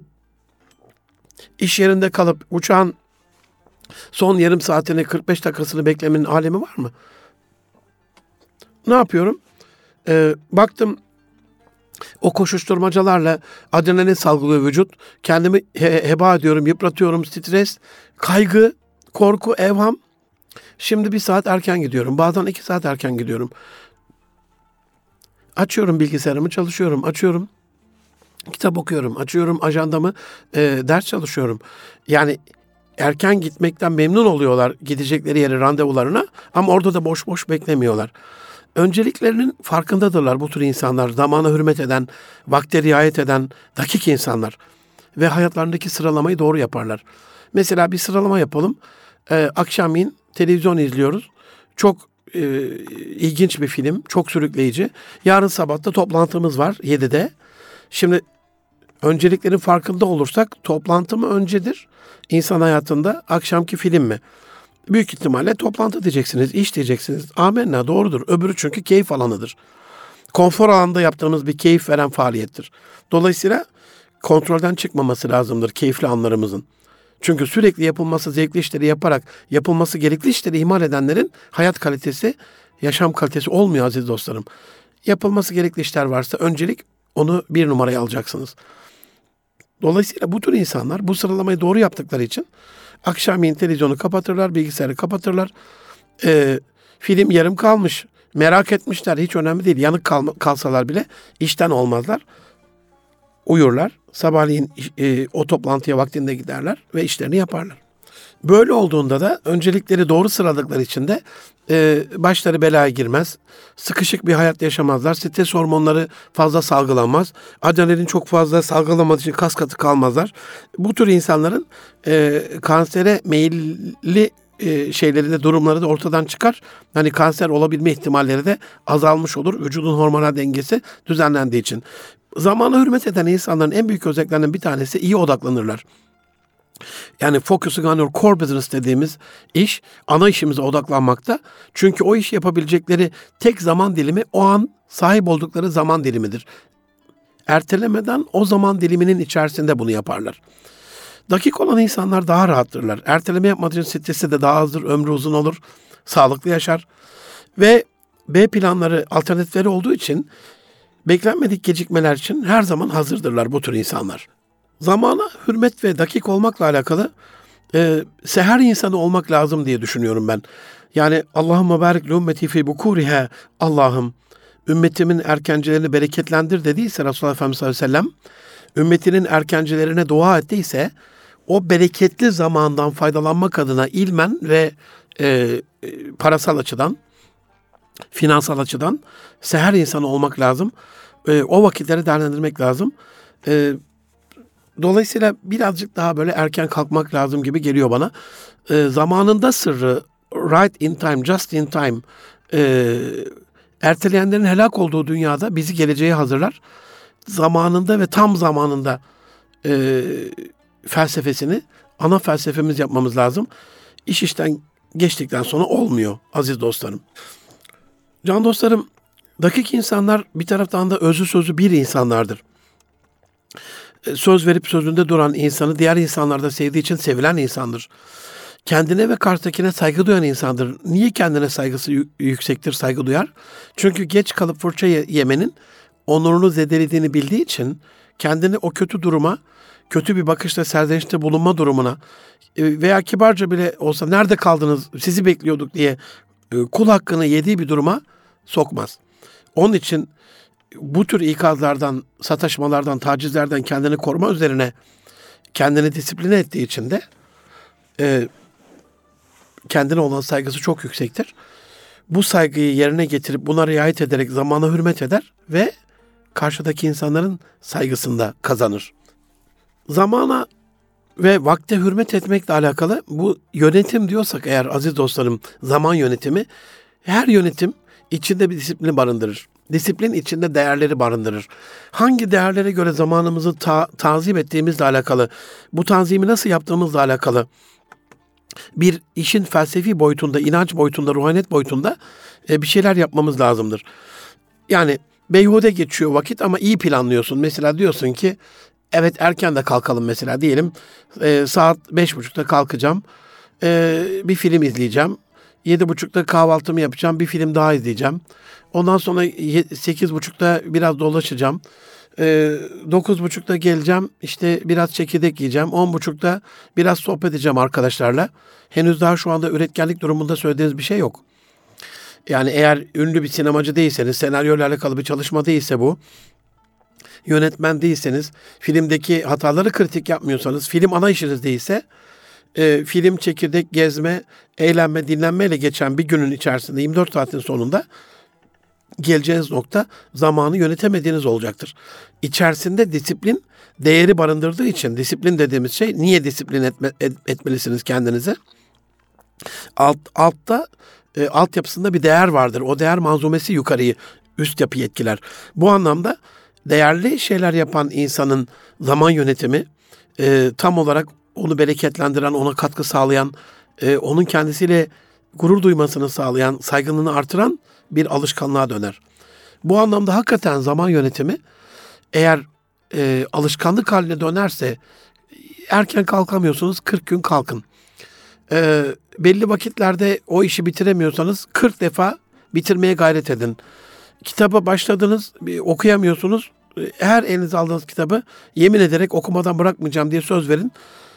S1: iş yerinde kalıp uçağın son yarım saatini, 45 dakikasını beklemenin alemi var mı? Ne yapıyorum? Baktım o koşuşturmacalarla adrenalin salgılıyor vücut. Kendimi heba ediyorum, yıpratıyorum, stres, kaygı, korku, evham. Şimdi 1 saat erken gidiyorum. Bazen 2 saat erken gidiyorum. Açıyorum bilgisayarımı, çalışıyorum. Açıyorum, kitap okuyorum. Açıyorum ajandamı, ders çalışıyorum. Yani erken gitmekten memnun oluyorlar gidecekleri yere, randevularına. Ama orada da boş boş beklemiyorlar. Önceliklerinin farkındadırlar bu tür insanlar. Zamana hürmet eden, vakte riayet eden, dakik insanlar. Ve hayatlarındaki sıralamayı doğru yaparlar. Mesela bir sıralama yapalım. Akşamleyin televizyon izliyoruz. Çok ilginç bir film, çok sürükleyici. Yarın sabah da toplantımız var 7'de. Şimdi önceliklerin farkında olursak, toplantı mı öncedir insan hayatında, akşamki film mi? Büyük ihtimalle toplantı diyeceksiniz, iş diyeceksiniz. Amenna, doğrudur. Öbürü çünkü keyif alanıdır. Konfor alanında yaptığımız bir keyif veren faaliyettir. Dolayısıyla kontrolden çıkmaması lazımdır keyifli anlarımızın. Çünkü sürekli yapılması zevkli işleri yaparak yapılması gerekli işleri ihmal edenlerin hayat kalitesi, yaşam kalitesi olmuyor aziz dostlarım. Yapılması gerekli işler varsa öncelik onu 1 numaraya alacaksınız. Dolayısıyla bu tür insanlar bu sıralamayı doğru yaptıkları için akşamleyin televizyonu kapatırlar, bilgisayarı kapatırlar. Film yarım kalmış, merak etmişler, hiç önemli değil. Yanık kalsalar bile işten olmazlar. Uyurlar. Sabahleyin o toplantıya vaktinde giderler ve işlerini yaparlar. Böyle olduğunda da öncelikleri doğru sıraladıkları için de başları belaya girmez. Sıkışık bir hayat yaşamazlar. Stres hormonları fazla salgılanmaz. Adrenalin çok fazla salgılamadığı için kas katı kalmazlar. Bu tür insanların kansere meyilli şeyleri de, durumları da ortadan çıkar. Hani kanser olabilme ihtimalleri de azalmış olur. Vücudun hormonal dengesi düzenlendiği için. Zamana hürmet eden insanların en büyük özelliklerinden bir tanesi iyi odaklanırlar. Yani focusing on your core business dediğimiz iş, ana işimize odaklanmakta. Çünkü o işi yapabilecekleri tek zaman dilimi o an sahip oldukları zaman dilimidir. Ertelemeden o zaman diliminin içerisinde bunu yaparlar. Dakik olan insanlar daha rahattırlar. Erteleme yapmadığı için stresi de daha azdır, ömrü uzun olur, sağlıklı yaşar. Ve B planları, alternatifleri olduğu için beklenmedik gecikmeler için her zaman hazırdırlar bu tür insanlar. Zamana hürmet ve dakik olmakla alakalı seher insanı olmak lazım diye düşünüyorum ben. Yani Allahümme barik li ümmeti fi bukuriha, Allah'ım ümmetimin erkencilerini bereketlendir dediyse Resulullah Efendimiz sallallahu aleyhi ve sellem, ümmetinin erkencilerine dua ettiyse o bereketli zamandan faydalanmak adına ilmen ve parasal açıdan, finansal açıdan seher insanı olmak lazım. O vakitleri değerlendirmek lazım. Dolayısıyla birazcık daha böyle erken kalkmak lazım gibi geliyor bana. Zamanında sırrı, right in time, just in time, erteleyenlerin helak olduğu dünyada bizi geleceğe hazırlar. Zamanında ve tam zamanında felsefesini ana felsefemiz yapmamız lazım. İş işten geçtikten sonra olmuyor aziz dostlarım. Can dostlarım, dakik insanlar bir taraftan da özü sözü bir insanlardır. Söz verip sözünde duran insanı diğer insanlar da sevdiği için sevilen insandır. Kendine ve karşıdakine saygı duyan insandır. Niye kendine saygısı yüksektir, saygı duyar? Çünkü geç kalıp fırça yemenin onurunu zedelediğini bildiği için kendini o kötü duruma, kötü bir bakışla serzenişte bulunma durumuna veya kibarca bile olsa nerede kaldınız, sizi bekliyorduk diye kul hakkını yediği bir duruma sokmaz. Onun için bu tür ikazlardan, sataşmalardan, tacizlerden kendini koruma üzerine kendini disipline ettiği için de kendine olan saygısı çok yüksektir. Bu saygıyı yerine getirip buna riayet ederek zamana hürmet eder ve karşıdaki insanların saygısını da kazanır. Zamana ve vakte hürmet etmekle alakalı bu yönetim diyorsak eğer aziz dostlarım, zaman yönetimi, her yönetim içinde bir disiplini barındırır. Disiplin içinde değerleri barındırır. Hangi değerlere göre zamanımızı tanzim ettiğimizle alakalı, bu tanzimi nasıl yaptığımızla alakalı bir işin felsefi boyutunda, inanç boyutunda, ruhaniyet boyutunda bir şeyler yapmamız lazımdır. Yani beyhude geçiyor vakit ama iyi planlıyorsun. Mesela diyorsun ki evet erken de kalkalım mesela diyelim. Saat 5.30'da kalkacağım. Bir film izleyeceğim. 7.30'da kahvaltımı yapacağım. Bir film daha izleyeceğim. Ondan sonra 8.30'da biraz dolaşacağım. 9.30'da geleceğim. İşte biraz çekirdek yiyeceğim. 10.30'da biraz sohbet edeceğim arkadaşlarla. Henüz daha şu anda üretkenlik durumunda söylediğiniz bir şey yok. Yani eğer ünlü bir sinemacı değilseniz, senaryoyla alakalı bir çalışma değilse bu, yönetmen değilseniz, filmdeki hataları kritik yapmıyorsanız, film ana işiniz değilse, film, çekirdek, gezme, eğlenme, dinlenmeyle geçen bir günün içerisinde 24 saatin sonunda geleceğiniz nokta zamanı yönetemediğiniz olacaktır. İçerisinde disiplin değeri barındırdığı için disiplin dediğimiz şey, niye disiplin etmelisiniz kendinize? Altta altyapısında bir değer vardır. O değer manzumesi yukarıyı, üst yapıyı etkiler. Bu anlamda değerli şeyler yapan insanın zaman yönetimi tam olarak onu bereketlendiren, ona katkı sağlayan, onun kendisiyle gurur duymasını sağlayan, saygınlığını artıran bir alışkanlığa döner. Bu anlamda hakikaten zaman yönetimi eğer alışkanlık haline dönerse, erken kalkamıyorsunuz, 40 gün kalkın. Belli vakitlerde o işi bitiremiyorsanız 40 defa bitirmeye gayret edin. Kitaba başladınız, okuyamıyorsunuz. Her elinize aldığınız kitabı yemin ederek okumadan bırakmayacağım diye söz verin.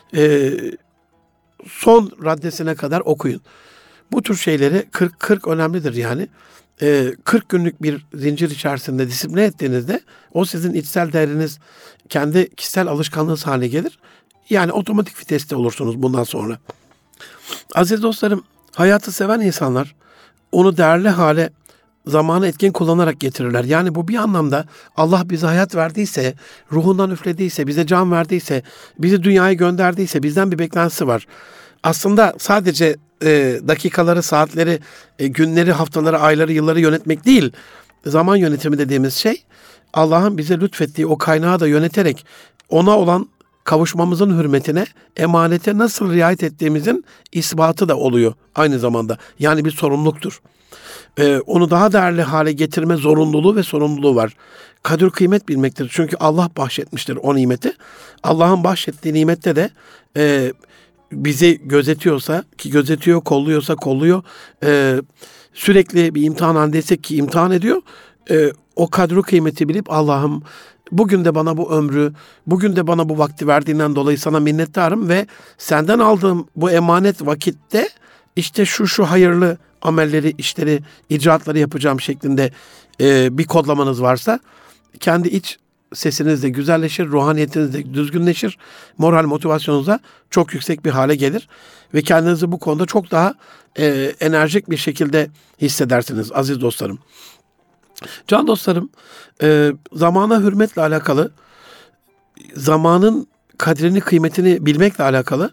S1: Son raddesine kadar okuyun. Bu tür şeyleri 40 önemlidir yani. 40 günlük bir zincir içerisinde disipline ettiğinizde o sizin içsel değeriniz, kendi kişisel alışkanlığınız haline gelir. Yani otomatik viteste olursunuz bundan sonra. Aziz dostlarım, hayatı seven insanlar onu değerli hale zamanı etkin kullanarak getirirler. Yani bu bir anlamda Allah bize hayat verdiyse, ruhundan üflediyse, bize can verdiyse, bizi dünyaya gönderdiyse bizden bir beklentisi var. Aslında sadece dakikaları, saatleri, günleri, haftaları, ayları, yılları yönetmek değil. Zaman yönetimi dediğimiz şey Allah'ın bize lütfettiği o kaynağı da yöneterek ona olan kavuşmamızın hürmetine, emanete nasıl riayet ettiğimizin ispatı da oluyor aynı zamanda. Yani bir sorumluluktur. Onu daha değerli hale getirme zorunluluğu ve sorumluluğu var. Kadir kıymet bilmektir. Çünkü Allah bahşetmiştir o nimeti. Allah'ın bahşettiği nimette de bizi gözetiyorsa, ki gözetiyor, kolluyorsa kolluyor, sürekli bir imtihan halindeysek ki imtihan ediyor, o kadru kıymeti bilip Allah'ım bugün de bana bu ömrü, bugün de bana bu vakti verdiğinden dolayı sana minnettarım ve senden aldığım bu emanet vakitte işte şu hayırlı amelleri, işleri, icraatları yapacağım şeklinde bir kodlamanız varsa kendi iç sesiniz de güzelleşir, ruhaniyetiniz de düzgünleşir, moral motivasyonunuz da çok yüksek bir hale gelir ve kendinizi bu konuda çok daha enerjik bir şekilde hissedersiniz aziz dostlarım. Can dostlarım, zamana hürmetle alakalı, zamanın kadrini, kıymetini bilmekle alakalı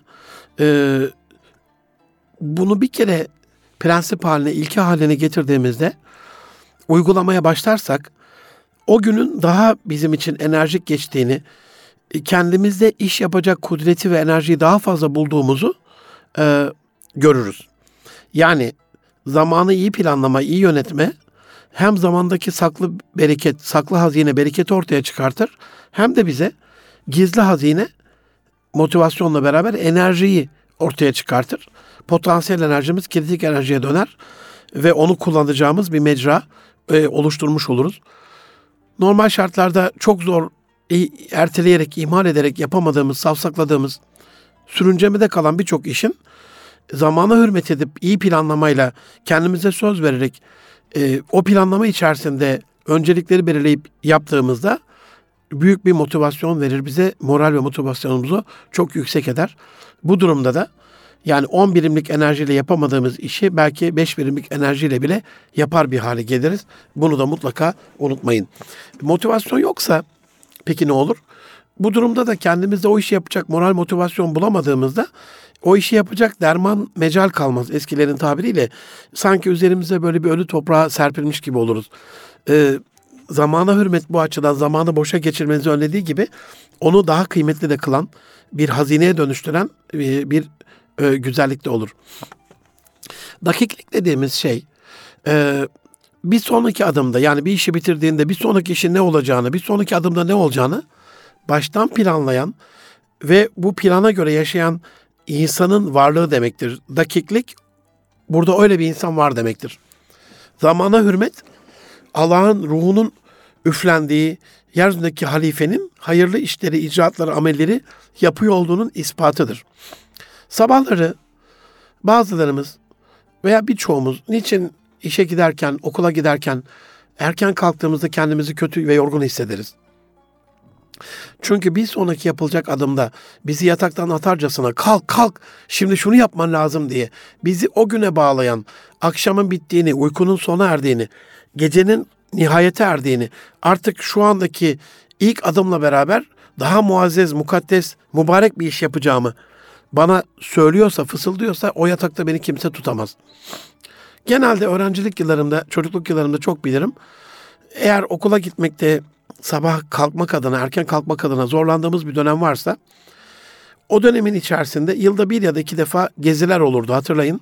S1: bunu bir kere prensip haline, ilke haline getirdiğimizde uygulamaya başlarsak o günün daha bizim için enerjik geçtiğini, kendimizde iş yapacak kudreti ve enerjiyi daha fazla bulduğumuzu görürüz. Yani zamanı iyi planlama, iyi yönetme hem zamandaki saklı bereket, saklı hazine bereketi ortaya çıkartır hem de bize gizli hazine motivasyonla beraber enerjiyi ortaya çıkartır. Potansiyel enerjimiz kritik enerjiye döner ve onu kullanacağımız bir mecra oluşturmuş oluruz. Normal şartlarda çok zor, erteleyerek, ihmal ederek yapamadığımız, savsakladığımız, sürüncemede kalan birçok işin zamana hürmet edip iyi planlamayla kendimize söz vererek o planlama içerisinde öncelikleri belirleyip yaptığımızda büyük bir motivasyon verir bize. Moral ve motivasyonumuzu çok yüksek eder. Bu durumda da yani 10 birimlik enerjiyle yapamadığımız işi belki 5 birimlik enerjiyle bile yapar bir hale geliriz. Bunu da mutlaka unutmayın. Motivasyon yoksa peki ne olur? Bu durumda da kendimizde o işi yapacak moral motivasyon bulamadığımızda o işi yapacak derman mecal kalmaz eskilerin tabiriyle. Sanki üzerimize böyle bir ölü toprağa serpilmiş gibi oluruz. Zamana hürmet bu açıdan zamanı boşa geçirmenizi önlediği gibi onu daha kıymetli de kılan, bir hazineye dönüştüren bir güzellik de olur. Dakiklik dediğimiz şey bir sonraki adımda, yani bir işi bitirdiğinde bir sonraki işin ne olacağını, bir sonraki adımda ne olacağını baştan planlayan ve bu plana göre yaşayan insanın varlığı demektir. Dakiklik burada öyle bir insan var demektir. Zamana hürmet Allah'ın ruhunun üflendiği yeryüzündeki halifenin hayırlı işleri, icraatları, amelleri yapıyor olduğunun ispatıdır. Sabahları bazılarımız veya birçoğumuz niçin işe giderken, okula giderken erken kalktığımızda kendimizi kötü ve yorgun hissederiz? Çünkü bir sonraki yapılacak adımda bizi yataktan atarcasına kalk şimdi şunu yapman lazım diye bizi o güne bağlayan, akşamın bittiğini, uykunun sona erdiğini, gecenin nihayete erdiğini, artık şu andaki ilk adımla beraber daha muazzez, mukaddes, mübarek bir iş yapacağımı bana söylüyorsa, fısıldıyorsa o yatakta beni kimse tutamaz. Genelde öğrencilik yıllarımda, çocukluk yıllarımda çok bilirim. Eğer okula gitmekte sabah kalkmak adına, erken kalkmak adına zorlandığımız bir dönem varsa o dönemin içerisinde yılda 1 ya da 2 defa geziler olurdu, hatırlayın.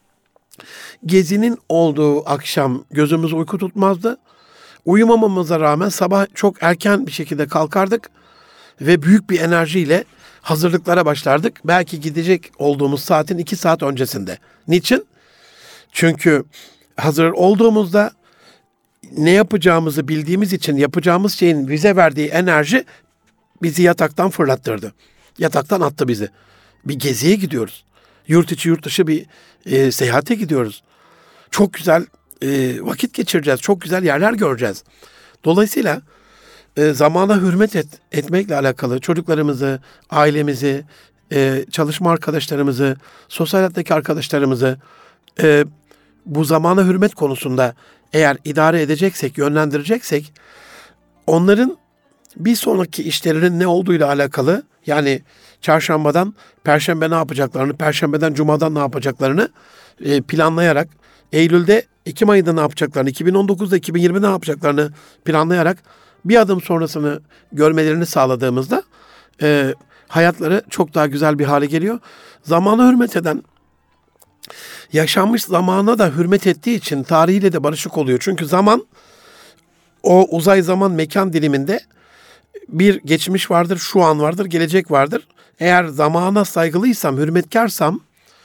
S1: Gezinin olduğu akşam gözümüz uyku tutmazdı. Uyumamamıza rağmen sabah çok erken bir şekilde kalkardık ve büyük bir enerjiyle hazırlıklara başlardık. Belki gidecek olduğumuz saatin 2 saat öncesinde. Niçin? Çünkü hazır olduğumuzda ne yapacağımızı bildiğimiz için yapacağımız şeyin bize verdiği enerji bizi yataktan fırlattırdı. Yataktan attı bizi. Bir geziye gidiyoruz. Yurt içi yurt dışı bir seyahate gidiyoruz. Çok güzel vakit geçireceğiz. Çok güzel yerler göreceğiz. Dolayısıyla zamana hürmet etmekle alakalı çocuklarımızı, ailemizi, çalışma arkadaşlarımızı, sosyal hayattaki arkadaşlarımızı bu zamana hürmet konusunda eğer idare edeceksek, yönlendireceksek onların bir sonraki işlerinin ne olduğuyla alakalı, yani çarşambadan perşembe ne yapacaklarını, perşembeden cumadan ne yapacaklarını planlayarak, Eylül'de, Ekim ayında ne yapacaklarını, 2019'da 2020'de ne yapacaklarını planlayarak bir adım sonrasını görmelerini sağladığımızda hayatları çok daha güzel bir hale geliyor. Zamana hürmet eden, yaşanmış zamana da hürmet ettiği için tarihiyle de barışık oluyor. Çünkü zaman, o uzay zaman mekan diliminde bir geçmiş vardır, şu an vardır, gelecek vardır. Eğer zamana saygılıysam, hürmetkarsam,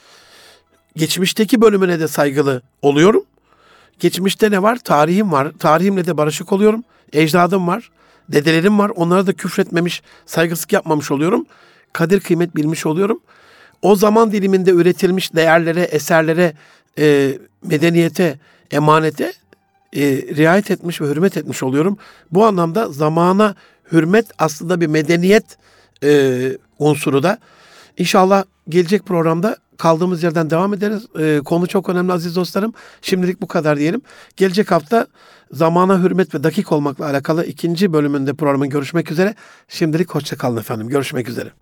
S1: geçmişteki bölümüne de saygılı oluyorum. Geçmişte ne var? Tarihim var. Tarihimle de barışık oluyorum. Ecdadım var. Dedelerim var. Onlara da küfretmemiş, saygısızlık yapmamış oluyorum. Kadir kıymet bilmiş oluyorum. O zaman diliminde üretilmiş değerlere, eserlere, medeniyete, emanete riayet etmiş ve hürmet etmiş oluyorum. Bu anlamda zamana hürmet aslında bir medeniyet unsuru da. İnşallah gelecek programda kaldığımız yerden devam ederiz. Konu çok önemli aziz dostlarım. Şimdilik bu kadar diyelim. Gelecek hafta zamana hürmet ve dakik olmakla alakalı 2. bölümünde programın görüşmek üzere. Şimdilik hoşça kalın efendim. Görüşmek üzere.